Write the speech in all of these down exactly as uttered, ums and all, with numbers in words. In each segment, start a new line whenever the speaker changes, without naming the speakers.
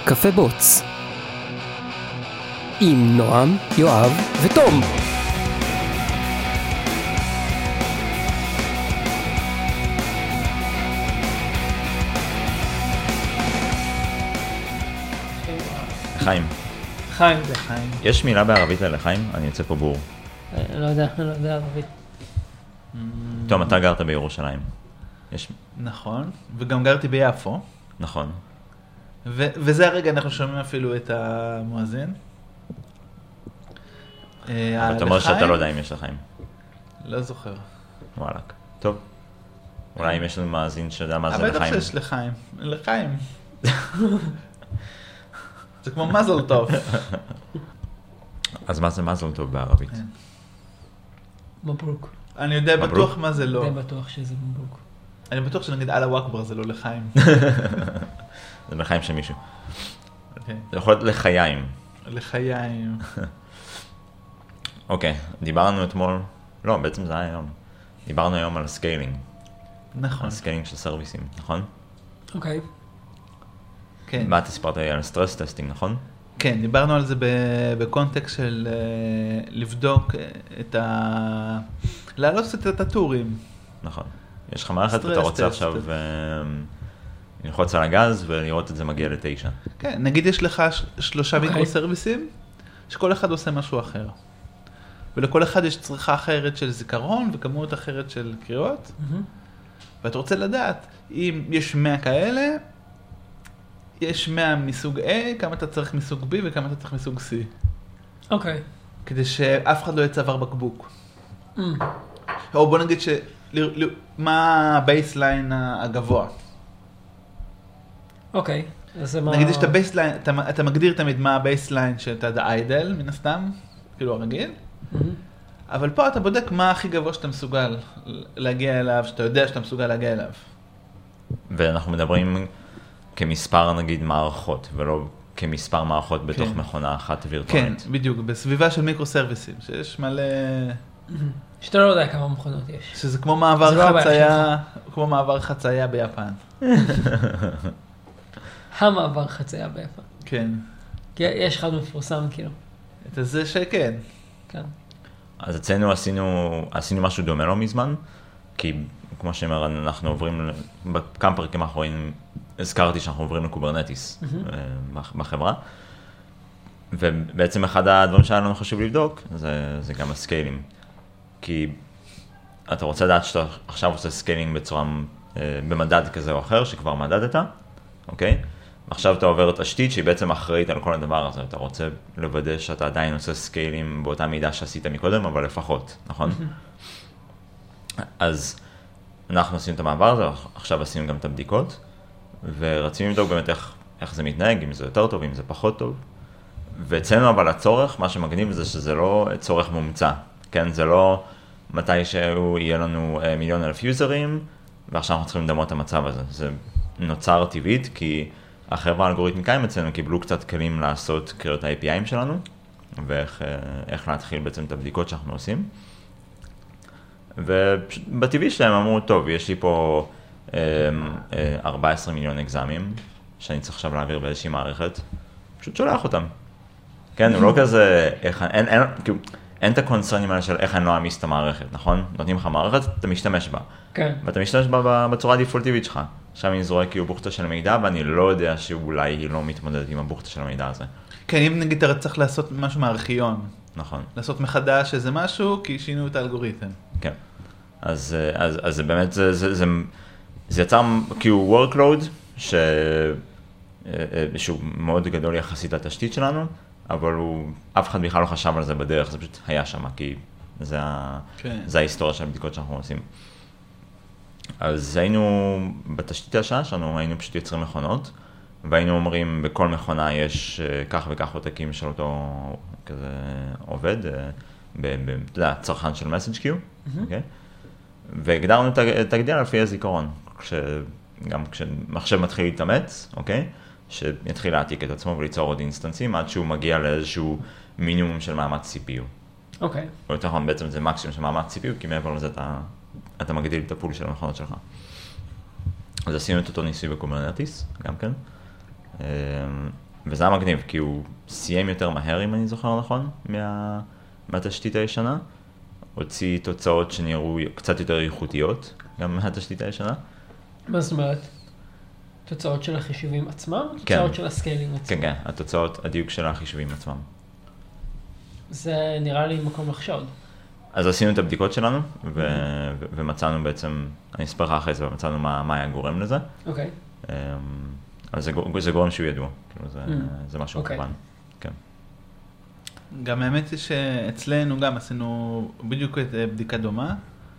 קפה בוץ עם נועם, יואב ותום.
חיים.
חיים זה חיים.
יש מילה בערבית ללחיים? אני יוצא פה בור.
לא יודע, לא יודע ערבית.
תום, אתה גרת בירושלים. יש...
נכון, וגם גרתי ביפו.
נכון.
ו- וזה הרגע אנחנו שומעים אפילו את המואזין.
אבל אתה אומר שאתה לא יודע אם יש לחיים.
לא זוכר.
וואלק. טוב. אולי אם יש לנו מאזין שיודע מה זה
אבל
לחיים.
בטח שיש לחיים. לחיים. זה כמו מזל טוב.
אז מה זה מזל טוב בערבית?
מברוק.
אני יודע בטוח מה זה לא.
די בטוח שזה מברוק.
אני בטוח שנגיד אללה אכבר זה לא לחיים.
זה לחיים של מישהו. זה יכול להיות לחיים.
לחיים.
אוקיי, דיברנו אתמול, לא, בעצם זה היה היום. דיברנו היום על סקיילינג.
נכון.
על סקיילינג של סרוויסים, נכון?
אוקיי.
כן.
מה אתה סיפרת על סטרס טסטינג, נכון?
כן, דיברנו על זה בקונטקסט של לבדוק את ה... להעלות קצת את הטורים.
נכון. יש לך מערכת ואתה רוצה עכשיו ללחוץ על הגז ולראות את זה מגיע לתשע. כן,
נגיד יש לך שלושה מיקרו סרוויסים, שכל אחד עושה משהו אחר. ולכל אחד יש צריכה אחרת של זיכרון וכמות אחרת של קריאות. ואתה רוצה לדעת, אם יש מאה כאלה, יש מאה מסוג A, כמה אתה צריך מסוג B וכמה אתה צריך מסוג C.
אוקיי.
כדי שאף אחד לא יצבר בקבוק. או בוא נגיד ש... מה הבייסליין הגבוה.
אוקיי.
נגיד יש את הבייסליין, אתה מגדיר תמיד מה הבייסליין שאתה איידל, מן הסתם, כאילו הרגיל. אבל פה אתה בודק מה הכי גבוה שאתה מסוגל להגיע אליו, שאתה יודע שאתה מסוגל להגיע אליו.
ואנחנו מדברים כמספר נגיד מערכות, ולא כמספר מערכות בתוך מכונה אחת וירטואלית.
כן, בדיוק, בסביבה של מיקרו סרוויסים, שיש מלא...
שאתה לא יודע כמה מכונות יש.
שזה כמו מעבר חצייה, כמו מעבר חצייה ביפן.
המעבר חצייה ביפן.
כן.
כי יש אחד מפורסם כאילו.
את זה שכן.
כן.
אז אצלנו עשינו, עשינו משהו דומה לא מזמן, כי כמו שאומר, אנחנו עוברים, בכמה פרקים האחרונים הזכרתי שאנחנו עוברים לקוברנטיס בחברה, ובעצם אחד הדברים שהיה לנו חשוב לבדוק, זה, זה גם הסקיילינג. כי אתה רוצה לדעת שאתה עכשיו עושה סקיילינג בצורה, במדד כזה או אחר, שכבר מדדת, אוקיי? עכשיו אתה עובר תשתית שהיא בעצם אחראית על כל הדבר הזה, אתה רוצה לוודא שאתה עדיין עושה סקיילינג באותה מידה שעשית מקודם, אבל לפחות, נכון? אז אנחנו עשינו את המעבר הזה, עכשיו עשינו גם את הבדיקות, ורצינו לבדוק באמת איך, איך זה מתנהג, אם זה יותר טוב, אם זה פחות טוב. ואצלנו אבל הצורך, מה שמגניב זה שזה לא צורך מומצא, כן? זה לא מתי שהוא יהיה לנו מיליון אלף יוזרים, ועכשיו אנחנו צריכים לדמות את המצב הזה. זה נוצר טבעית, כי החברה האלגוריתמיקאים אצלנו קיבלו קצת כלים לעשות קריאות ה-איי פי איים שלנו, ואיך איך להתחיל בעצם את הבדיקות שאנחנו עושים. ובטבעי שלהם אמרו, טוב, יש לי פה ארבעה עשר מיליון אקזמים, שאני צריך עכשיו להעביר באיזושהי מערכת, פשוט שולח אותם. כן, הוא לא כזה, איך, אין, אין, כאילו, אין את הקונצרנים האלה של איך אני לא אמיס את המערכת, נכון? נותנים לך מערכת, אתה משתמש בה.
כן.
ואתה
ואתה משתמש בה בצורה הדיפולטיבית שלך. עכשיו אני זורק כאילו בוכתה של המידע, ואני לא יודע שאולי היא לא מתמודדת עם הבוכתה של המידע הזה.
כן, אם נגיד אתה צריך לעשות משהו מהארכיון.
נכון.
לעשות מחדש איזה משהו, כי שינו את האלגוריתם.
כן. אז, אז, אז זה באמת, זה, זה, זה, זה יצר כאילו workload, ש, שהוא מאוד גדול יחסית לתשתית שלנו, אבל הוא, אף אחד בכלל לא חשב על זה בדרך, זה פשוט היה שם, כי זה, כן. זה ההיסטוריה של הבדיקות שאנחנו עושים. אז היינו, בתשתית השעה שלנו, היינו פשוט יוצרים מכונות, והיינו אומרים, בכל מכונה יש כך וכך עותקים של אותו כזה עובד, ב, ב, אתה יודע, צרכן של message queue, mm-hmm. okay? והגדרנו את הגדיל לפי הזיכרון, גם כשמחשב מתחיל להתאמץ, אוקיי? שיתחיל להעתיק את עצמו וליצור עוד אינסטנסים, עד שהוא מגיע לאיזשהו מינימום של מאמץ סי פי יו.
אוקיי.
או יותר נכון, בעצם זה מקסימום של מאמץ סי פי יו, כי מעבר לזה אתה, אתה מגדיל את הפול של המכונות שלך. אז עשינו את אותו ניסוי בקוברנטיס, גם כן. וזה היה מגניב, כי הוא סיים יותר מהר, אם אני זוכר נכון, מה, מהתשתית הישנה. הוציא תוצאות שנראו קצת יותר איכותיות, גם מהתשתית הישנה.
מה זאת אומרת? תוצאות של החישובים עצמם?
כן.
תוצאות של הסקיילינג עצמם?
כן, כן, התוצאות, הדיוק של החישובים עצמם.
זה נראה לי מקום לחשוד.
אז עשינו את הבדיקות שלנו, ו- ו- ומצאנו בעצם, אני אספר לך אחרי זה, ומצאנו מה, מה היה גורם לזה.
אוקיי.
אז זה, גור- זה גורם שהוא ידוע, כאילו זה, זה משהו
אוקיי.
כמובן. כן.
גם האמת היא שאצלנו גם עשינו בדיוק את בדיקה דומה.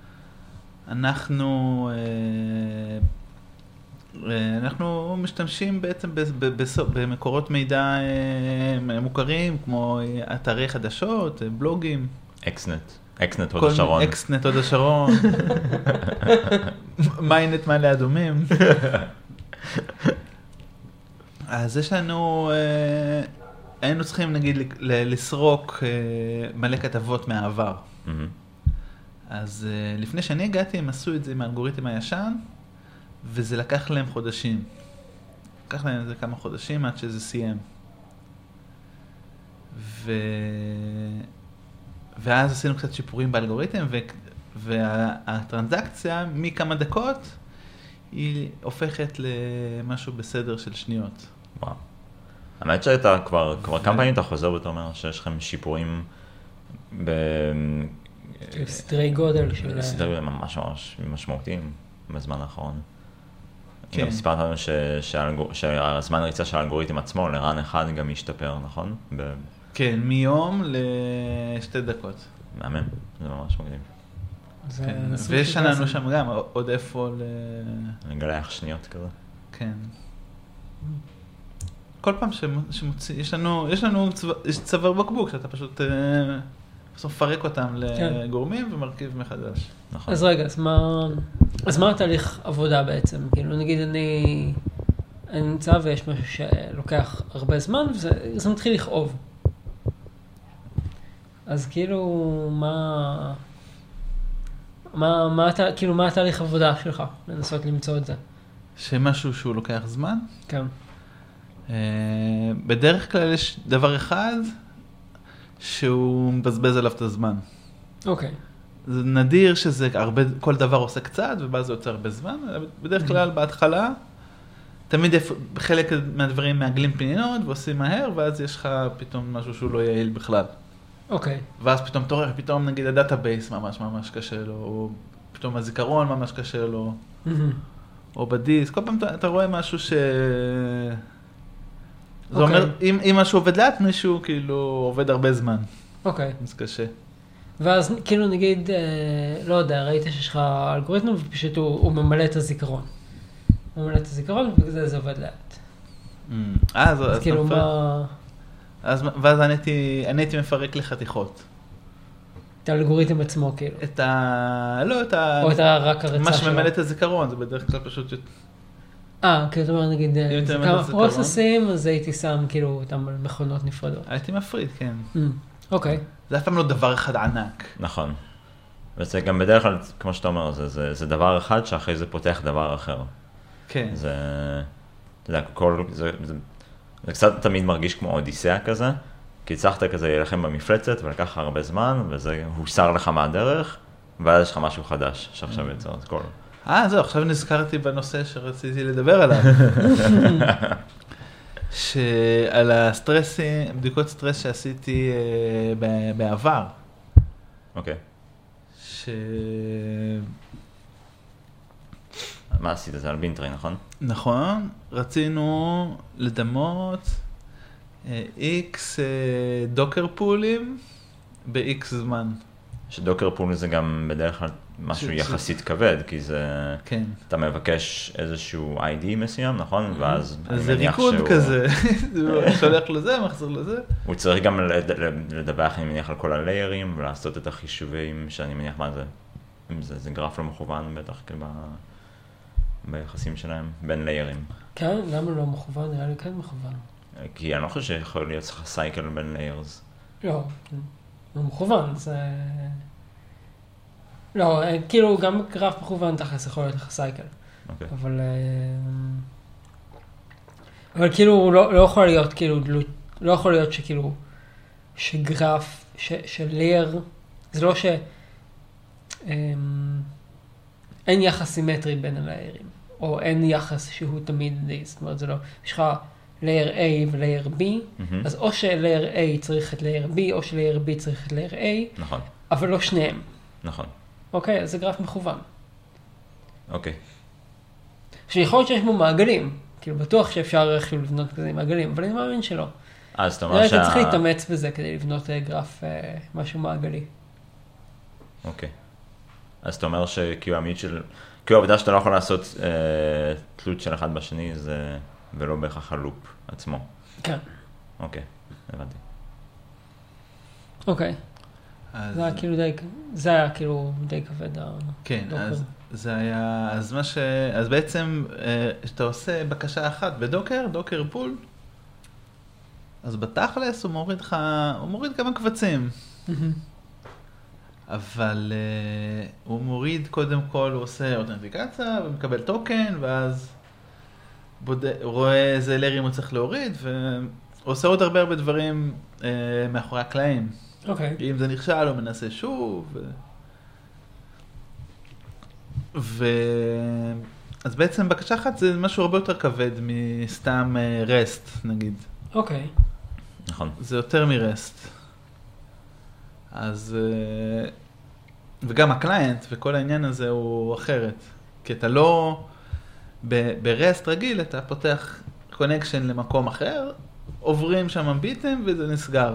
אנחנו, אנחנו משתמשים בעצם במקורות מידע מוכרים, כמו אתרי חדשות, בלוגים.
אקסנט, אקסנט הוד השרון.
אקסנט הוד השרון. מיינט מעלה אדומים. אז יש לנו, היינו צריכים נגיד לסרוק מלא כתבות מהעבר. אז לפני שאני הגעתי הם עשו את זה עם האלגוריתם הישן, וזה לקח להם חודשים. לקח להם איזה כמה חודשים עד שזה סיים. ו... ואז עשינו קצת שיפורים באלגוריתם, ו... והטרנזקציה מכמה דקות היא הופכת למשהו בסדר של שניות.
וואו. האמת שאתה כבר, כבר כמה פעמים אתה חוזר ואתה אומר שיש לכם שיפורים ב...
סדרי גודל של...
סדרי גודל ממש ממש משמעותיים בזמן האחרון.
כן.
גם סיפרת לנו ש... שהאלגור... שהזמן הריצה של האלגוריתם עצמו לרן אחד גם השתפר, נכון? ב...
כן, מיום לשתי דקות.
מהמם, זה ממש מגניב.
זה
כן.
סוג
ויש
של
לנו
קסם.
שם גם עוד איפה ל...
לגלח שניות כזה.
כן. כל פעם שמ- שמוציא, יש לנו, יש לנו צו, יש צוואר בקבוק, שאתה פשוט אה, בסוף מפרק אותם לגורמים ומרכיב מחדש.
נכון.
אז רגע, אז מה, אז מה התהליך עבודה בעצם? כאילו, נגיד אני, אני נמצא ויש משהו שלוקח הרבה זמן, וזה זה מתחיל לכאוב. אז כאילו, מה, מה, מה, התה- כאילו, מה התהליך עבודה שלך? לנסות למצוא את זה.
שמשהו שהוא לוקח זמן.
כן.
אה, בדרך כלל יש דבר אחד שהוא מבזבז עליו את הזמן.
אוקיי.
זה נדיר שזה הרבה, כל דבר עושה קצת, ואז זה יוצא הרבה זמן. בדרך כלל בהתחלה, תמיד איפה- חלק מהדברים מעגלים פינות ועושים מהר, ואז יש לך פתאום משהו שהוא לא יעיל בכלל.
אוקיי.
ואז פתאום תורך, פתאום נגיד הדאטאבייס ממש ממש קשה לו, או פתאום הזיכרון ממש קשה לו, או בדיסק, כל פעם אתה, אתה רואה משהו ש... זה
אוקיי.
אומר, אם, אם משהו עובד לאט, מישהו כאילו עובד הרבה זמן,
אוקיי.
אז קשה.
ואז כאילו נגיד, אה, לא יודע, ראית שיש לך אלגוריתם ופשוט הוא, הוא ממלא את הזיכרון. הוא ממלא את הזיכרון ובגלל זה זה עובד לאט.
אה, אז,
אז
אז,
כאילו
נפר...
מה...
אז ואז אני הייתי, אני הייתי מפרק לחתיכות.
את האלגוריתם עצמו כאילו.
את ה... לא, את ה...
או את רק הרצה
מה
שלו.
שממלא את הזיכרון, זה בדרך כלל פשוט...
אה, כאילו אתה אומר נגיד,
אם אתה
זה
ממלא
כמה
את הזיכרון.
פרוססים, אז הייתי שם כאילו אותם על מכונות נפרדות.
הייתי מפריד, כן.
Mm, אוקיי.
זה אף פעם לא דבר אחד ענק.
נכון. וזה גם בדרך כלל, כמו שאתה אומר, זה, זה, זה דבר אחד שאחרי זה פותח דבר אחר.
כן.
זה, אתה יודע, כל, זה, זה, זה קצת תמיד מרגיש כמו אודיסאה כזה, כי הצלחת כזה להילחם במפלצת ולקח הרבה זמן, וזה הוסר לך מהדרך, ואז יש לך משהו חדש שעכשיו יוצר את כל.
אה, זהו, עכשיו נזכרתי בנושא שרציתי לדבר עליו. שעל הסטרסים, בדיקות סטרס שעשיתי אה, ב- בעבר.
אוקיי.
ש...
מה עשית? זה על בינטרי, נכון?
נכון, רצינו לדמות אה, X אה, דוקר פולים ב-X זמן.
שדוקר פול זה גם בדרך כלל משהו
ש-
יחסית כבד, כי זה,
כן.
אתה מבקש איזשהו איי די מסוים, נכון? ואז אני
אז זה
מניח
ריקוד
שהוא,
כזה, הוא שולח לזה, מחזור לזה.
הוא צריך גם לד- לדווח, אני מניח, על כל הליירים, ולעשות את החישובים, שאני מניח מה זה, אם זה, זה גרף לא מכוון בטח, כאילו, ב- ביחסים שלהם, בין ליירים.
כן, למה לא מכוון? נראה לי כן מכוון.
כי אני לא חושב שיכול להיות לך סייקל בין ליירס.
לא, לא מכוון, זה... לא, כאילו גם גרף מכוון תכלס יכול להיות לך סייקל.
אוקיי.
אבל... אה, אבל כאילו לא, לא יכול להיות, כאילו, לא יכול להיות שכאילו, שגרף, ש, של-layer, זה לא ש... אין יחס סימטרי בין הליירים, או אין יחס שהוא תמיד די, זאת אומרת, זה לא, יש לך layer A ו-layer B, mm-hmm. אז או ש-layer A צריך את layer B, או ש-layer B צריך את layer A,
נכון.
אבל לא שניהם.
נכון.
אוקיי, אז זה גרף מכוון.
אוקיי.
שיכול להיות שיש בו מעגלים, כאילו בטוח שאפשר כאילו לבנות כזה עם מעגלים, אבל אני מאמין שלא.
אז אתה אומר שה...
אתה צריך להתאמץ בזה כדי לבנות גרף משהו מעגלי.
אוקיי. אז אתה אומר שכאילו המיד של... כאילו העובדה שאתה לא יכול לעשות אה, תלות של אחד בשני, זה... ולא בהכרח הלופ עצמו.
כן.
אוקיי, הבנתי.
אוקיי.
אז...
זה היה כאילו די... זה היה כאילו די כבד.
כן, אז זה היה... אז מה ש... אז בעצם, שאתה עושה בקשה אחת בדוקר, דוקר פול, אז בתכלס הוא מוריד לך... הוא מוריד כמה קבצים. אבל uh, הוא מוריד קודם כל, הוא עושה אותנטיקציה ומקבל טוקן, ואז בוד... הוא רואה איזה לרים הוא צריך להוריד, והוא עושה עוד הרבה הרבה דברים uh, מאחורי הקלעים.
אוקיי.
Okay. אם זה נכשל, הוא מנסה שוב. ו... ו... אז בעצם בקשה אחת זה משהו הרבה יותר כבד מסתם uh, רסט, נגיד.
אוקיי. Okay.
נכון.
זה יותר מרסט. אז, וגם הקליינט וכל העניין הזה הוא אחרת. כי אתה לא, ברסט רגיל אתה פותח קונקשן למקום אחר, עוברים שם ביטם וזה נסגר.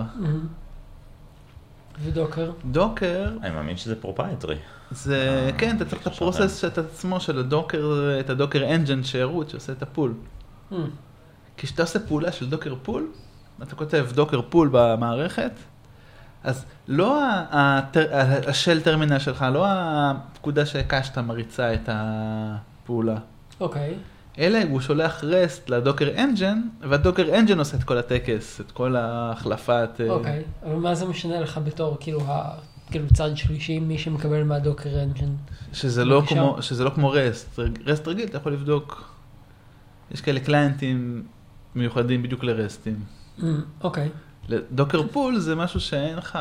ודוקר?
דוקר...
אני מאמין שזה פרופייטרי.
זה, כן, אתה צריך את הפרוסס את עצמו של הדוקר, את הדוקר אנג'ן שירות שעושה את הפול. כי כשאתה עושה פעולה של דוקר פול, אתה כותב דוקר פול במערכת, אז לא השל טרמינל שלך, לא הפקודה שהקשת מריצה את הפעולה.
אוקיי.
אלא הוא שולח רסט לדוקר אנג'ן, והדוקר אנג'ן עושה את כל הטקס, את כל ההחלפת...
אוקיי, אבל מה זה משנה לך בתור, כאילו, כאילו צד שלישי, מי שמקבל מהדוקר אנג'ן?
שזה לא כמו, שזה לא כמו רסט. רסט רגיל, אתה יכול לבדוק, יש כאלה קליינטים מיוחדים בדיוק לרסטים.
אוקיי.
דוקר פול זה משהו שאין לך,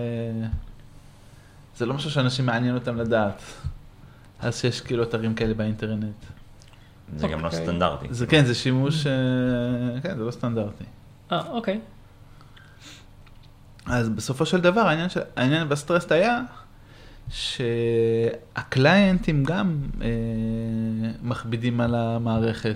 זה לא משהו שאנשים מעניין אותם לדעת. אז שיש כאילו אתרים כאלה באינטרנט.
זה גם לא סטנדרטי.
זה כן, זה שימוש, כן, זה לא סטנדרטי.
אה, אוקיי.
אז בסופו של דבר, העניין של, העניין בסטרס היה שהקליינטים גם מכבידים על המערכת.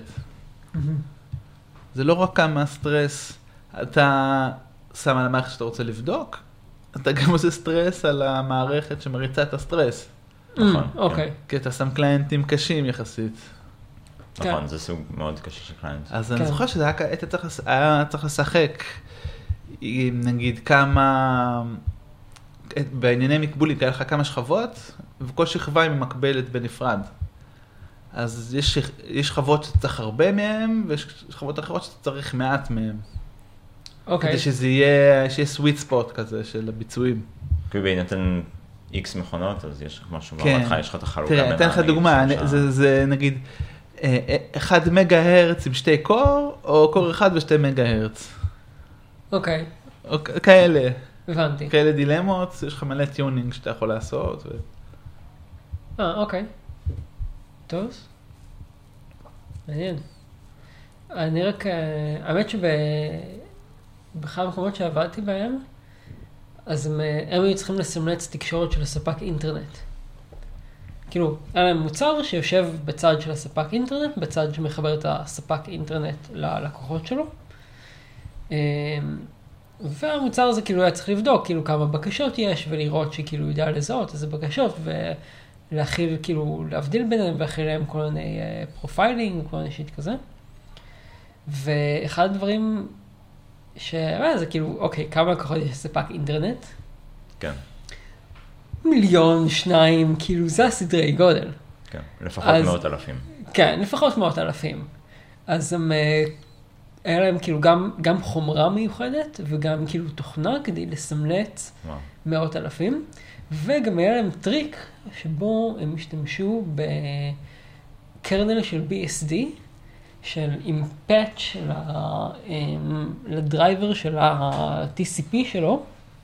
זה לא רק כמה סטרס, אתה שם על המערכת שאתה רוצה לבדוק, אתה גם עושה סטרס על המערכת שמריצה את הסטרס.
נכון.
אוקיי.
כי אתה שם קליינטים קשים יחסית.
נכון, זה סוג מאוד קשה של קליינט.
אז אני זוכר שזה היה צריך לשחק, נגיד כמה, בענייני מקבולים, תהיה לך כמה שכבות, וכל שכבה היא מקבלת בנפרד. אז יש, יש שכבות שצריך הרבה מהם, ויש שכבות אחרות שצריך מעט מהם.
אוקיי.
כדי שזה יהיה, שיהיה סוויט ספוט כזה של הביצועים.
כי בהינתן איקס מכונות, אז יש משהו
כן.
במתך, יש לך את החלוקה בין...
תראה, אתן לך דוגמה, זה, זה נגיד, אחד מגה הרץ עם שתי קור, או קור אחד ושתי מגה הרץ.
אוקיי.
או כאלה.
הבנתי.
כאלה דילמות, יש לך מלא טיונינג שאתה יכול לעשות. ו...
אה, אוקיי. טוב. מעניין. אני רק, האמת שבאחד המקומות שעבדתי בהם, אז הם, הם היו צריכים לסמלץ תקשורת של הספק אינטרנט. כאילו, היה להם מוצר שיושב בצד של הספק אינטרנט, בצד שמחבר את הספק אינטרנט ללקוחות שלו. והמוצר הזה כאילו היה צריך לבדוק כאילו כמה בקשות יש, ולראות שכאילו יודע לזהות איזה בקשות, ולהכיל כאילו, להבדיל ביניהם, ולהכיל להם כל מיני פרופיילינג, כל מיני שיט כזה. ואחד הדברים שהיה זה כאילו, אוקיי, כמה לקוחות יש ספק אינטרנט?
כן.
מיליון, שניים, כאילו זה הסדרי גודל.
כן, לפחות אז, מאות אלפים.
כן, לפחות מאות אלפים. אז הם, היה להם כאילו גם, גם חומרה מיוחדת, וגם כאילו תוכנה כדי לסמלץ וואו. מאות אלפים, וגם היה להם טריק שבו הם השתמשו בקרנל של בי אס די, של עם patch לדרייבר של ה-טי סי פי שלו,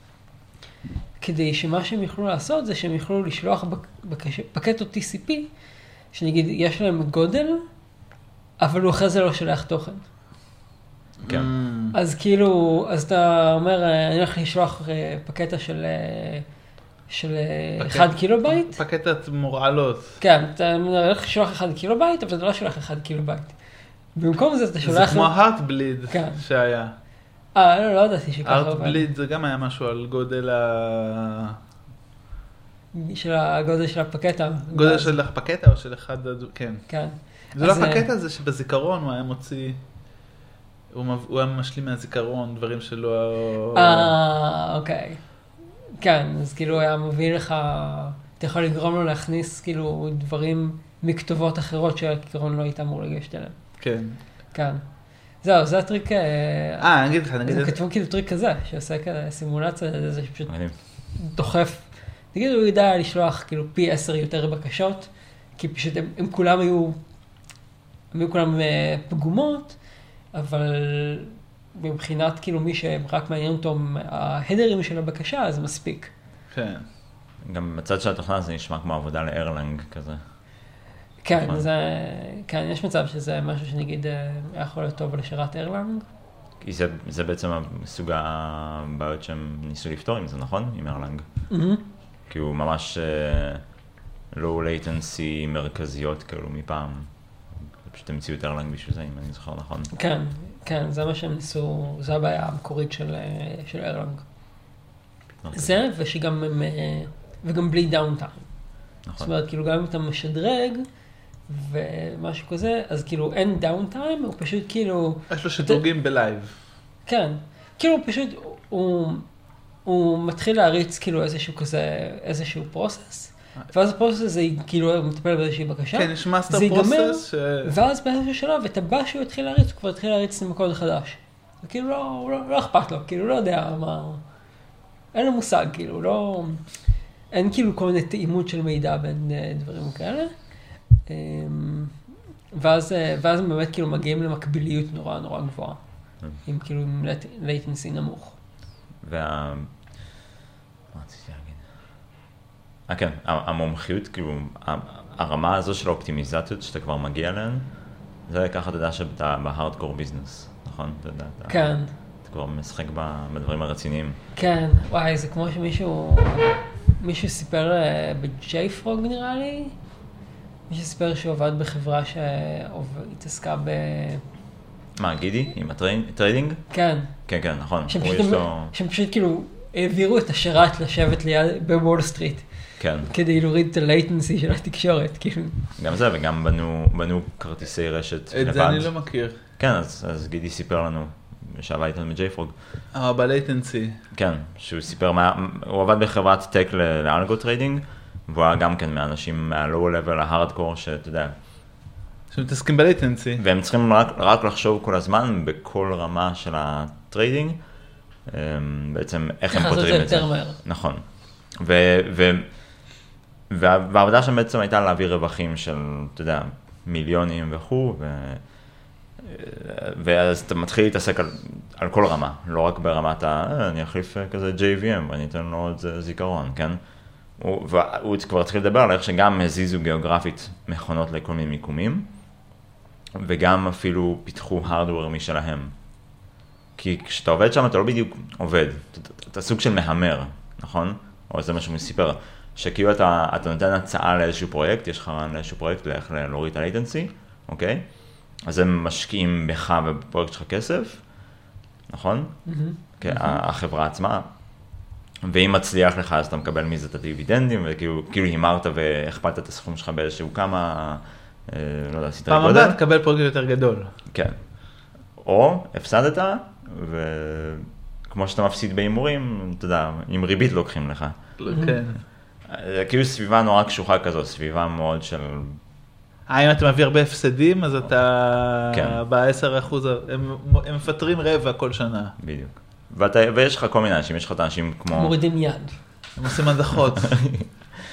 כדי שמה שהם יוכלו לעשות זה שהם יוכלו לשלוח פקטות טי סי פי, שנגיד יש להם גודל, אבל הוא אחרי זה לא שולח תוכן.
כן.
אז כאילו, אז אתה אומר, אני הולך לשלוח פקטה של, של אחד קילובייט.
פקטת מורעלות.
כן, אתה הולך לשלוח אחד קילובייט, אבל אתה לא שולח אחד קילובייט. במקום זה אתה שולח...
זה כמו הארטבליד שהיה.
אה, לא, לא ידעתי שככה עובד.
הארטבליד זה גם היה משהו על גודל ה...
של הגודל של הפקטה.
גודל של הפקטה או של אחד... כן.
כן.
זה לא הפקטה, זה שבזיכרון הוא היה מוציא... הוא היה משלים מהזיכרון, דברים שלא...
אה, אוקיי. כן, אז כאילו היה מביא לך... אתה יכול לגרום לו להכניס כאילו דברים מכתובות אחרות שהזיכרון לא הייתה אמור לגשת אליהם.
כן.
כן. זהו, זה הטריק...
אה, אני אגיד לך, נגיד...
זה כתבו כאילו טריק כזה, שעושה כזה סימולציה, זה שפשוט דוחף. נגיד, הוא ידע לשלוח כאילו פי עשר יותר בקשות, כי פשוט הם, הם כולם היו, הם היו כולם פגומות, אבל מבחינת כאילו מי שרק מעניין אותו ההדרים של הבקשה, אז מספיק.
כן.
גם בצד של התוכנה זה נשמע כמו עבודה לארלנג כזה.
כן, זה, כן, יש מצב שזה משהו שנגיד היה יכול להיות טוב לשרת ארלנג.
כי זה, זה בעצם סוג הבעיות שהם ניסו לפתור עם זה, נכון? עם ארלנג.
Mm-hmm.
כי הוא ממש uh, low latency מרכזיות כאלו מפעם. פשוט המציאו את ארלנג בשביל זה, אם אני זוכר נכון.
כן, כן, זה מה שהם ניסו, זה הבעיה המקורית של, של ארלנג. Okay. זה, ושגם הם, וגם בלי דאונטיים. נכון. זאת אומרת, כאילו גם אם אתה משדרג, ומשהו כזה, אז כאילו אין דאונטיים, הוא פשוט כאילו...
יש לו שדרוגים אתה... בלייב.
כן, כאילו פשוט הוא, הוא מתחיל להריץ כאילו איזשהו כזה, איזשהו פרוסס, ואז הפרוסס הזה כאילו מטפל באיזושהי בקשה.
כן, יש מאסטר פרוסס. ש...
ואז באיזשהו שלב, את הבא שהוא התחיל להריץ, הוא כבר התחיל להריץ עם קוד חדש. וכאילו לא, לא, לא אכפת לו, כאילו לא יודע מה... אין לו מושג, כאילו לא... אין כאילו כל מיני תאימות של מידע בין דברים כאלה. ואז, ואז הם באמת כאילו מגיעים למקביליות נורא נורא גבוהה. עם כאילו עם latency נמוך.
וה... מה רציתי להגיד? אה כן, המומחיות, כאילו, הרמה הזו של האופטימיזציות שאתה כבר מגיע אליהן, זה ככה אתה יודע שאתה בהארדקור ביזנס, נכון? אתה יודע, אתה...
כן.
אתה כבר משחק בדברים הרציניים. כן,
וואי, זה כמו שמישהו, מישהו סיפר ב-JFrog נראה לי, מישהו סיפר שהוא עבד בחברה שהתעסקה ב...
מה, גידי? עם הטריידינג?
כן.
כן, כן, נכון.
שהם פשוט כאילו העבירו את השרת לשבת ליד בוול סטריט.
כן.
כדי להוריד את ה-latency של התקשורת, כאילו.
גם זה, וגם בנו, בנו כרטיסי רשת לבד.
את זה אני לא מכיר.
כן, אז, אז גידי סיפר לנו, שעבד איתנו מ-JFrog.
אה, ב-latency.
כן, שהוא סיפר מה, הוא עבד בחברת טק לאלגו טריידינג, והוא היה גם כן מאנשים מה-low level, ה-hardcore, שאתה יודע.
שמתעסקים ב-latency.
והם צריכים רק, רק לחשוב כל הזמן, בכל רמה של הטריידינג, בעצם איך הם פותרים את זה.
יותר מהר.
נכון. ו, ו, והעבודה שם בעצם הייתה להביא רווחים של, אתה יודע, מיליונים וכו', ו, ואז אתה מתחיל להתעסק על, על כל רמה, לא רק ברמת ה, אני אחליף כזה ג'יי וי אם ואני אתן לו עוד זיכרון, כן? הוא, והוא כבר התחיל לדבר על איך שגם הזיזו גיאוגרפית מכונות לכל מיני מיקומים, וגם אפילו פיתחו הרדוור משלהם. כי כשאתה עובד שם אתה לא בדיוק עובד, אתה, אתה סוג של מהמר, נכון? או זה מה שהוא מסיפר, שכאילו אתה, אתה נותן הצעה לאיזשהו פרויקט, יש לך רעיון לאיזשהו פרויקט לאיך להוריד את ה-latency, אוקיי? אז הם משקיעים בך ובפרויקט שלך כסף, נכון? Mm-hmm. Okay, mm-hmm. החברה עצמה, ואם מצליח לך אז אתה מקבל מזה את הדיבידנדים, וכאילו כאילו הימרת והכפלת את הסכום שלך באיזשהו כמה, אה, לא יודע, עשית
פעם הבאה תקבל פרויקט יותר גדול.
כן. או הפסדת, וכמו שאתה מפסיד באימורים, אתה יודע, עם ריבית לוקחים לך.
כן.
כאילו סביבה נורא קשוחה כזו, סביבה מאוד של...
אה, אם אתה מביא הרבה הפסדים, אז אתה...
כן.
ב-עשרה אחוז, הם, הם מפטרים רבע כל שנה.
בדיוק. ואתה, ויש לך כל מיני אנשים, יש לך את האנשים כמו...
מורידים יד.
הם עושים הנדחות.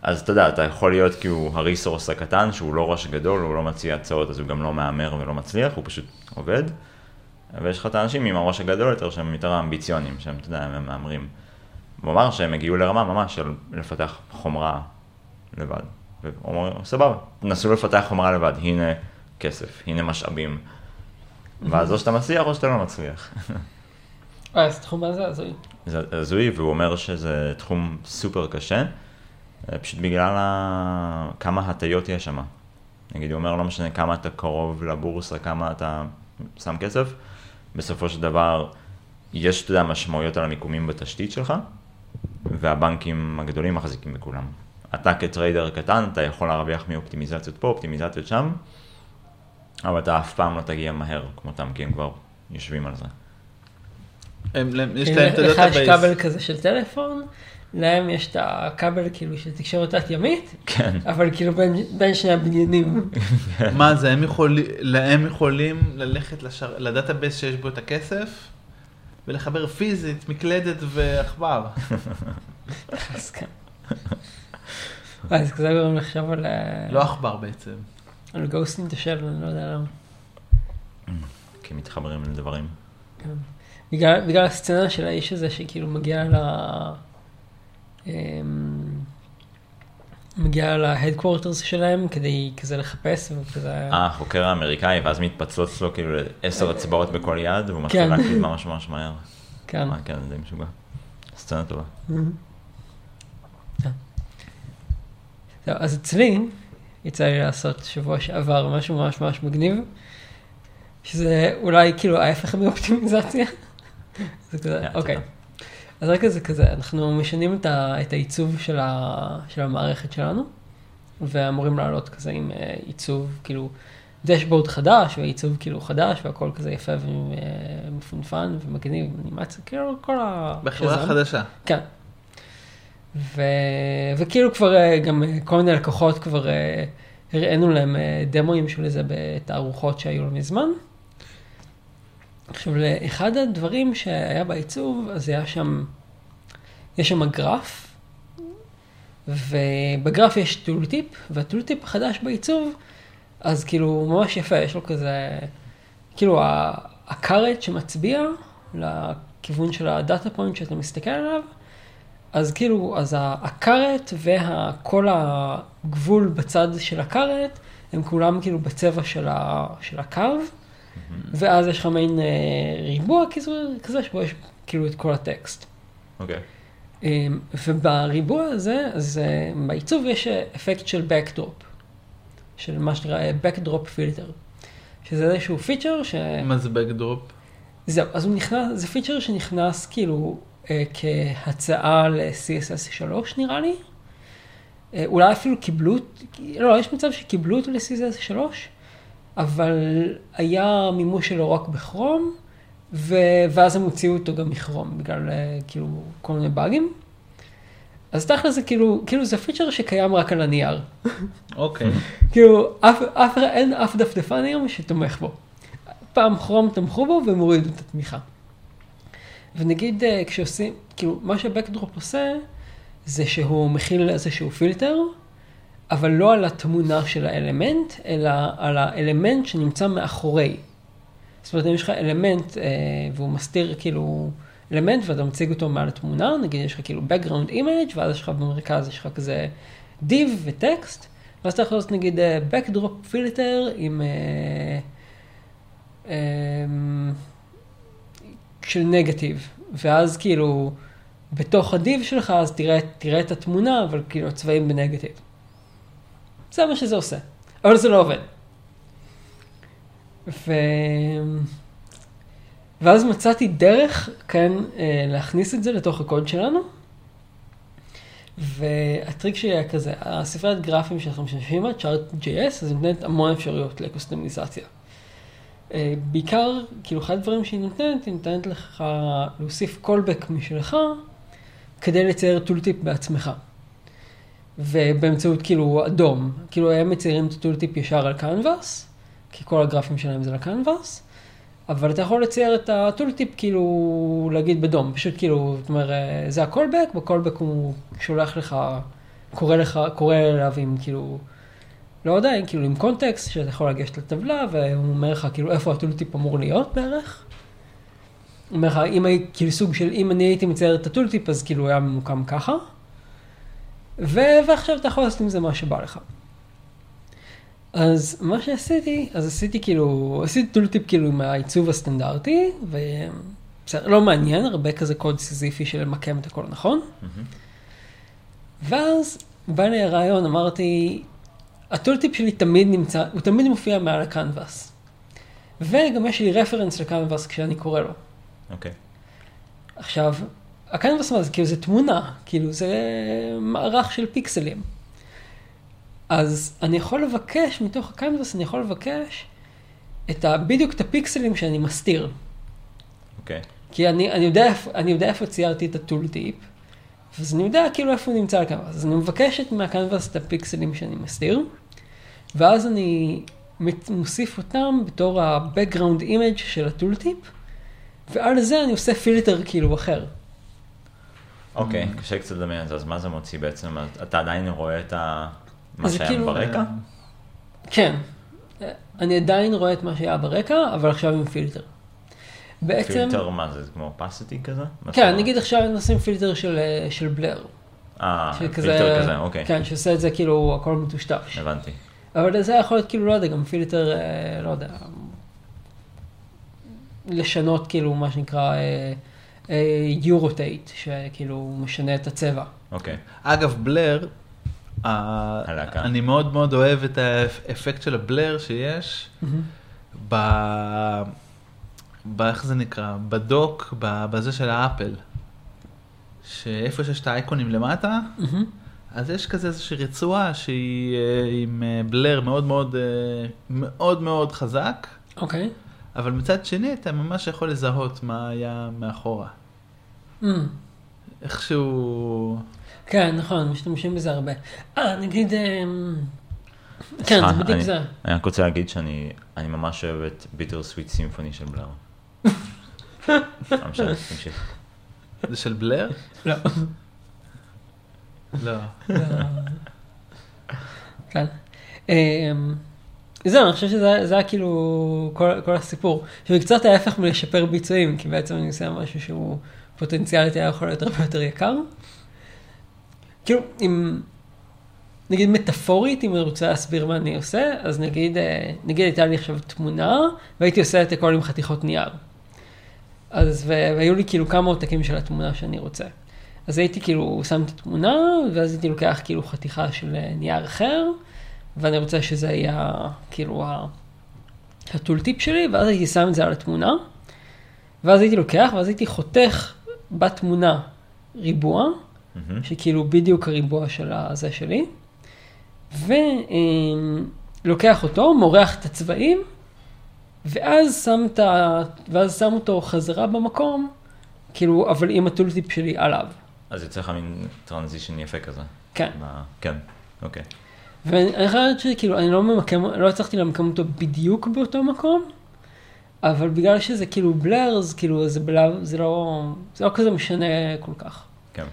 אז אתה יודע, אתה יכול להיות כאילו הריסורס הקטן, שהוא לא ראש גדול, הוא לא מציע הצעות, אז הוא גם לא מאמר ולא מצליח, הוא פשוט עובד. ויש לך את האנשים עם הראש הגדול יותר, שהם יותר אמביציונים, שהם, אתה יודע, הם מאמרים. הוא אמר שהם הגיעו לרמה ממש של לפתח חומרה לבד. והוא אומר, סבבה, נסו לפתח חומרה לבד, הנה כסף, הנה משאבים. ואז או שאתה מצליח או שאתה לא מצליח.
אה, אז תחום מה זה הזוי?
זה הזוי, והוא אומר שזה תחום סופר קשה, פשוט בגלל כמה הטיות יש שם. נגיד, הוא אומר, לא משנה כמה אתה קרוב לבורסה, כמה אתה שם כסף, בסופו של דבר יש, אתה יודע, משמעויות על המיקומים בתשתית שלך, והבנקים הגדולים מחזיקים בכולם. אתה כטריידר קטן, אתה יכול להרוויח מאופטימיזציות פה, אופטימיזציות שם, אבל אתה אף פעם לא תגיע מהר כמותם, כי הם כבר יושבים על זה.
יש להם את הדאטה בייס.
לך יש כבל כזה של טלפון, להם יש את הכבל כאילו של תקשורת תת-ימית,
כן.
אבל כאילו בין, בין שני הבניינים.
מה זה, הם יכולים, להם יכולים ללכת לשר, לדאטה בייס שיש בו את הכסף, ולחבר פיזית, מקלדת ועכבר.
אז כן. אז כזה גורם לחשוב על...
לא עכבר בעצם.
על גוסטים תשל, אני לא יודע למה.
כי מתחברים לדברים.
כן. בגלל, בגלל הסצנה של האיש הזה שכאילו מגיע ל... מגיע להדקוורטרס שלהם כדי כזה לחפש וכזה...
אה, חוקר האמריקאי, ואז מתפצלות לו כאילו עשר אצבעות בכל יד, והוא מתחיל להקליד ממש ממש מהר.
כן.
אה, כן, זה משוגע. סצנה טובה.
אז אצלי יצא לי לעשות שבוע שעבר משהו ממש ממש מגניב, שזה אולי כאילו ההפך מאופטימיזציה. זה כזה, אוקיי. אז רק זה כזה, אנחנו משנים את, ה, את העיצוב של, ה, של המערכת שלנו, ואמורים לעלות כזה עם עיצוב, כאילו, דשבורד חדש, ועיצוב כאילו חדש, והכל כזה יפה ומפונפן ומגניב, אנימציה, כאילו כל ה...
בחברה חדשה.
כן. ו, וכאילו כבר גם כל מיני לקוחות כבר הראינו להם דמוים של זה בתערוכות שהיו לו מזמן. עכשיו, לאחד הדברים שהיה בעיצוב, אז היה שם, יש שם גרף, ובגרף יש טולטיפ, והטולטיפ החדש בעיצוב, אז כאילו ממש יפה, יש לו כזה, כאילו הקארט שמצביע לכיוון של הדאטה פוינט שאתה מסתכל עליו, אז כאילו, אז הקארט וכל הגבול בצד של הקארט, הם כולם כאילו בצבע של, ה, של הקו, ואז יש לך מעין ריבוע כזה, שבו יש כאילו את כל הטקסט.
אוקיי.
ובריבוע הזה, אז בעיצוב יש אפקט של backdrop, של מה שנראה backdrop filter, שזה איזשהו פיצ'ר ש...
מה זה backdrop?
זהו, אז הוא נכנס, זה פיצ'ר שנכנס כאילו כהצעה ל-סי אס אס שלוש נראה לי. אולי אפילו קיבלו, לא, יש מצב שקיבלו אותו ל-סי אס אס שלוש, אבל היה מימוש שלו רק בכרום, ו... ואז הם הוציאו אותו גם מכרום, בגלל כאילו כל מיני באגים. אז תכל'ס זה כאילו, כאילו זה פיצ'ר שקיים רק על הנייר.
אוקיי.
כאילו, אף, אף, אין אף דפדפן היום שתומך בו. פעם כרום תמכו בו והם הורידו את התמיכה. ונגיד כשעושים, כאילו מה שבקדרופ עושה, זה שהוא מכיל איזשהו פילטר, אבל לא על התמונה של האלמנט, אלא על האלמנט שנמצא מאחורי. זאת אומרת, אם יש לך אלמנט, אה, והוא מסתיר כאילו אלמנט, ואתה מציג אותו מעל התמונה, נגיד יש לך כאילו background image, ואז יש לך במרכז, יש לך כזה div וטקסט, ואז אתה יכול לעשות נגיד backdrop filter עם... אה, אה, של נגטיב, ואז כאילו בתוך הדיב שלך, אז תראה, תראה את התמונה, אבל כאילו הצבעים בנגטיב. זה מה שזה עושה. אבל זה לא עובד. ו... ואז מצאתי דרך כאן להכניס את זה לתוך הקוד שלנו. והטריק שלי היה כזה, הספריית גרפים שאנחנו משתמשים בה, צ'ארט ג'יי אס, אז היא נותנת המון אפשרויות לקוסטומיזציה. בעיקר, כאילו אחד הדברים שהיא נותנת, היא נותנת לך להוסיף קולבק משלך, כדי לצייר טולטיפ בעצמך. ובאמצעות כאילו אדום, כאילו הם מציירים את הטולטיפ ישר על קנבאס, כי כל הגרפים שלהם זה לקנבאס, אבל אתה יכול לצייר את הטולטיפ כאילו להגיד בדום, פשוט כאילו, זאת אומרת, זה הקולבק, בקולבק הוא שולח לך קורא לך, קורא אליו עם כאילו, לא יודע, כאילו עם קונטקסט, שאתה יכול לגשת לטבלה, והוא אומר לך כאילו איפה הטולטיפ אמור להיות בערך. הוא אומר לך, אם אני, כאילו סוג של, אם אני הייתי מצייר את הטולטיפ, אז כאילו היה ממוקם ככה. ו- ועכשיו אתה יכול לעשות עם זה מה שבא לך. אז מה שעשיתי, אז עשיתי כאילו, עשיתי טולטיפ כאילו עם העיצוב הסטנדרטי, ובסדר, לא מעניין, הרבה כזה קוד סיזיפי של למקם את הכל נכון. ואז בא לי הרעיון, אמרתי, הטולטיפ שלי תמיד נמצא, הוא תמיד מופיע מעל הקנבס. וגם יש לי רפרנס לקנבס כשאני קורא לו.
אוקיי.
עכשיו, הקנבס מה זה? כאילו זה תמונה, כאילו זה מערך של פיקסלים. אז אני יכול לבקש, מתוך הקנבס אני יכול לבקש את ה, בדיוק את הפיקסלים שאני מסתיר.
אוקיי.
כי אני, אני יודע, אני יודע איפה ציירתי את הטולטיפ, אז אני יודע כאילו איפה הוא נמצא על הקנבס. אז אני מבקשת מהקנבס את הפיקסלים שאני מסתיר, ואז אני מוסיף אותם בתור ה-background image של הטולטיפ, ועל זה אני עושה פילטר כאילו אחר.
אוקיי, קשה קצת לדמיין את זה, אז מה זה מוציא בעצם? אתה עדיין רואה את מה שהיה ברקע?
כן, אני עדיין רואה את מה שהיה ברקע, אבל עכשיו עם פילטר.
פילטר מה זה? כמו opacity כזה?
כן, נגיד עכשיו נשים פילטר של בלר.
אה, פילטר כזה, אוקיי.
כן, שעושה את זה כאילו הכל מטושטש.
הבנתי.
אבל זה יכול להיות כאילו, לא יודע, גם פילטר, לא יודע, לשנות כאילו מה שנקרא יורוטייט, שכאילו משנה את הצבע.
אוקיי.
אגב, בלר, אני מאוד מאוד אוהב את האפקט של הבלר שיש, ב... איך זה נקרא? בדוק, בזה של האפל. שאיפה שיש את האייקונים למטה, אז יש כזה איזושהי רצועה שהיא עם בלר מאוד מאוד מאוד מאוד חזק.
אוקיי.
Okay.
אבל מצד שני אתה ממש יכול לזהות מה היה מאחורה.
Mm.
איכשהו...
כן, נכון, משתמשים בזה הרבה. אה, נגיד... כן, זה בדיוק זה.
אני רק רוצה להגיד שאני ממש אוהב את ביטר סוויט סימפוני של בלר. המשל, תמשיך.
זה של בלר?
לא.
לא.
כן. זהו, אני חושב שזה היה כאילו כל הסיפור. שזה קצת ההפך מלשפר ביצועים, כי בעצם אני עושה משהו שהוא פוטנציאלית היה יכול להיות הרבה יותר יקר. כאילו, אם, נגיד מטאפורית, אם אני רוצה להסביר מה אני עושה, אז נגיד, נגיד הייתה לי עכשיו תמונה, והייתי עושה את הכל עם חתיכות נייר. אז, והיו לי כאילו כמה עותקים של התמונה שאני רוצה. אז הייתי כאילו שם את התמונה, ואז הייתי לוקח כאילו חתיכה של נייר אחר, ואני רוצה שזה יהיה כאילו הטולטיפ שלי, ואז הייתי שם את זה על התמונה, ואז הייתי לוקח, ואז הייתי חותך בתמונה ריבוע, mm-hmm. שכאילו בדיוק הריבוע של הזה שלי, ולוקח אותו, מורח את הצבעים, ואז שם, את ה... ואז שם אותו חזרה במקום, כאילו, אבל עם הטולטיפ שלי עליו.
אז יוצא לך מין טרנזישן יפה כזה.
כן.
מה... כן, אוקיי.
ואני חושבת שכאילו, אני לא ממקם, לא הצלחתי למקם אותו בדיוק באותו מקום, אבל בגלל שזה כאילו בלר, אז כאילו, זה בלר, זה לא, זה לא כזה משנה כל כך.
כן.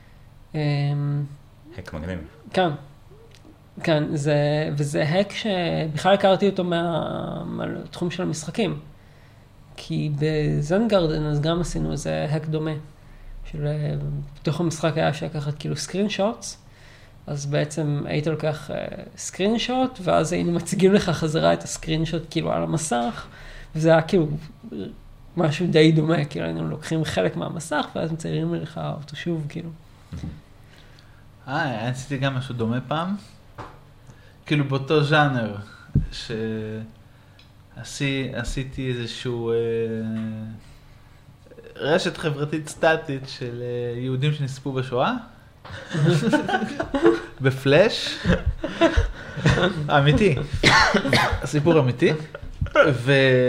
הק מגניב.
כן. כן, זה, וזה הק שבכלל הכרתי אותו מה, מהתחום של המשחקים. כי בזנגרדן אז גם עשינו איזה הק דומה. של, בתוך המשחק היה אפשר לקחת כאילו סקרין שוטס, אז בעצם היית לוקח סקרין שוט, ואז היינו מציגים לך חזרה את הסקרין שוט כאילו על המסך, וזה היה כאילו משהו די דומה, כאילו היינו לוקחים חלק מהמסך, ואז מציירים לך אותו שוב, כאילו.
אה, עשיתי גם משהו דומה פעם. כאילו באותו ז'אנר, שעשיתי איזשהו אה, רשת חברתית סטטית של אה, יהודים שנספו בשואה, בפלאש, אמיתי, הסיפור אמיתי, ו...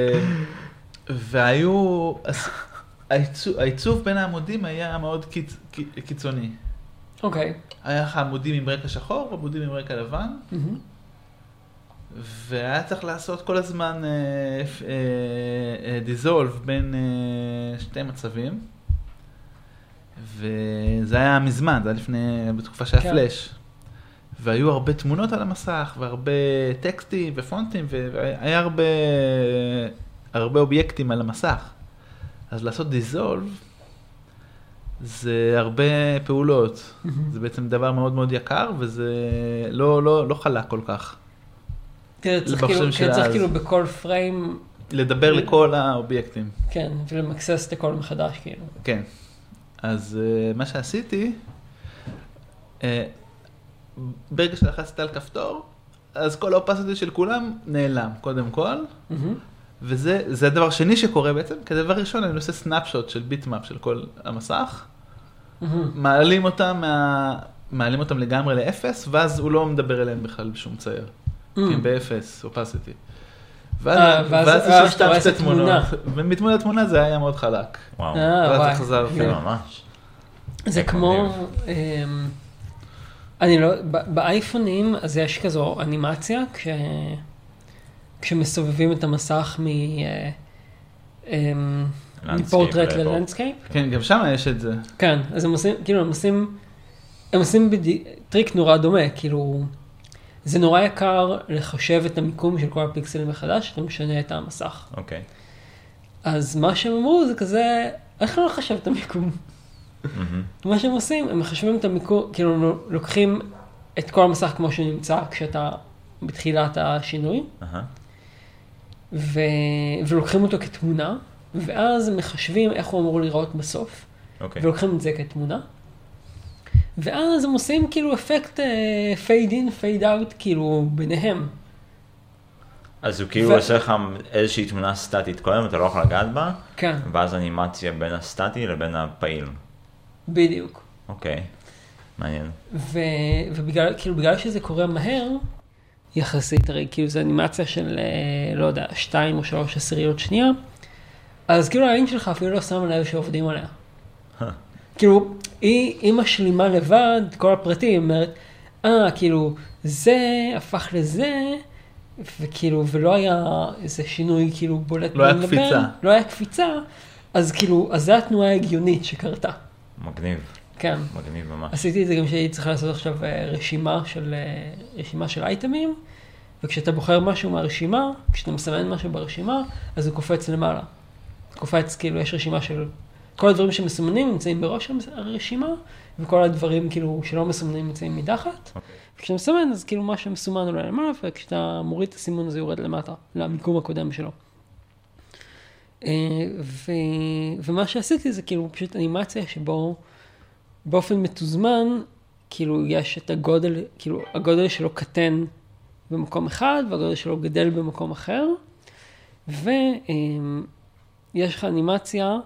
והיו, העיצוב, העיצוב בין העמודים היה מאוד קיצ... קיצוני.
אוקיי. Okay.
היה לך עמודים עם רקע שחור, עמודים עם רקע לבן, mm-hmm. והיה צריך לעשות כל הזמן דיזולב uh, uh, uh, בין uh, שתי מצבים, וזה היה מזמן, זה היה לפני, בתקופה שהיה okay. פלאש. והיו הרבה תמונות על המסך, והרבה טקסטים ופונטים, והיה הרבה, הרבה אובייקטים על המסך. אז לעשות דיזולב, זה הרבה פעולות. Mm-hmm. זה בעצם דבר מאוד מאוד יקר, וזה לא, לא, לא חלק כל כך.
כן, צריך, כאילו, כן, צריך כאילו בכל פריים...
לדבר ו... לכל האובייקטים.
כן, ולמקסס את הכל מחדש, כאילו.
כן. אז uh, מה שעשיתי, uh, ברגע שלחצת על כפתור, אז כל האופסיטי של כולם נעלם, קודם כל. Mm-hmm. וזה זה הדבר שני שקורה בעצם, כדבר ראשון אני עושה סנאפשוט של ביטמאפ של כל המסך, mm-hmm. מעלים אותם, מה, מעלים אותם לגמרי לאפס, ואז הוא לא מדבר אליהם בכלל בשום צייר, mm-hmm. כי הם באפס, אופסיטי. ואז, ואז, ואז יש שתי תמונות, ומתמונת תמונה זה היה מאוד חלק.
וואו.
ואז זה חזר.
זה ממש.
זה כמו, אני לא, באייפונים, אז יש כזו אנימציה, כש... כשמסובבים את המסך מפורטרט ללנדסקייפ.
כן, גם שם יש את זה.
כן, אז הם עושים, כאילו, הם עושים, הם עושים טריק נורא דומה, כאילו, זה נורא יקר לחשב את המיקום של כל הפיקסלים מחדש, אתה משנה את המסך.
אוקיי.
אז מה שהם אמרו זה כזה, איך לא לחשב את המיקום? מה שהם עושים, הם מחשבים את המיקום, כאילו, לוקחים את כל המסך כמו שהוא נמצא, כשאתה בתחילת השינוי. אהה. ו... ולוקחים אותו כתמונה, ואז מחשבים איך הוא אמור לראות בסוף, okay. ולוקחים את זה כתמונה, ואז הם עושים כאילו אפקט פייד אין, פייד אאוט, כאילו ביניהם.
אז הוא כאילו ו... עושה לך איזושהי תמונה סטטית קודם, אתה לא יכול לגעת בה,
כן.
ואז אנימציה בין הסטטי לבין הפעיל.
בדיוק.
אוקיי, מעניין.
ו... ובגלל כאילו, בגלל שזה קורה מהר, יחסית, הרי כאילו זה אנימציה של, לא יודע, שתיים או שלוש עשיריות שנייה, אז כאילו העין שלך אפילו לא שם לב שעובדים עליה. כאילו, היא, היא משלימה לבד, כל הפרטים, היא אומרת, אה, כאילו, זה הפך לזה, וכאילו, ולא היה איזה שינוי, כאילו, בולט.
לא היה קפיצה.
לא היה קפיצה, אז כאילו, אז זה התנועה ההגיונית שקרתה.
מגניב.
כן.
מגניב ממש.
עשיתי את זה גם שהייתי צריך לעשות עכשיו רשימה של, רשימה של אייטמים, וכשאתה בוחר משהו מהרשימה, כשאתה מסמן משהו ברשימה, אז הוא קופץ למעלה. קופץ, כאילו, יש רשימה של, כל הדברים שמסומנים נמצאים בראש הרשימה, וכל הדברים, כאילו, שלא מסומנים נמצאים מתחת. Okay. וכשאתה מסמן, אז כאילו, מה שמסומן עולה למעלה, וכשאתה מוריד את הסימון, זה יורד למטה, למיקום הקודם שלו. ו... ומה שעשיתי זה כאילו, פשוט אנימציה שבו, באופן מתוזמן, כאילו יש את הגודל, כאילו הגודל שלו קטן במקום אחד, והגודל שלו גדל במקום אחר, ויש לך אנימציה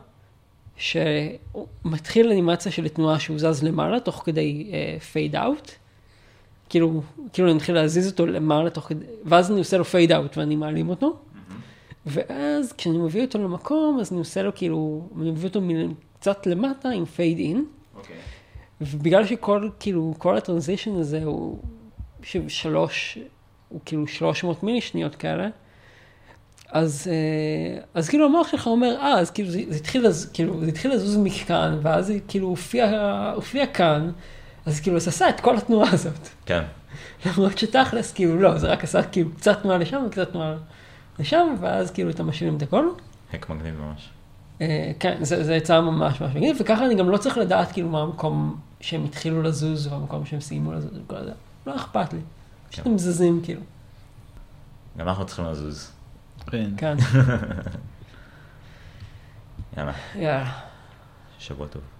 שמתחיל אנימציה של תנועה שהוא זז למעלה, תוך כדי פייד אאוט, כאילו, כאילו אני מתחיל להזיז אותו למעלה, תוך כדי, ואז אני עושה לו פייד אאוט ואני מעלים אותו, ואז כשאני מביא אותו למקום, אז אני עושה לו כאילו, אני מביא אותו קצת למטה עם פייד אין,
אוקיי.
ובגלל שכל, כאילו, כל הטרנזישן הזה הוא שלוש, הוא כאילו שלוש מאות מילי שניות כאלה, אז, אז כאילו המוח שלך אומר, אה, אז כאילו זה, זה התחיל, כאילו, זה התחיל לזוז מכאן, ואז זה כאילו הופיע, הופיע כאן, אז כאילו זה עשה את כל התנועה הזאת.
כן.
למרות שתכלס, כאילו לא, זה רק עשה כאילו קצת תנועה לשם וקצת תנועה לשם, ואז כאילו אתה משלים את הכל.
הק מגניב ממש.
כן, זה, זה יצא ממש ממש מגניב, וככה אני גם לא צריך לדעת כאילו מה המקום שהם התחילו לזוז, או המקום שהם סיימו לזוז, וכל זה. לא אכפת לי. פשוט הם זזים כאילו.
גם אנחנו צריכים לזוז.
כן.
כן.
יאללה.
יאללה.
שבוע טוב.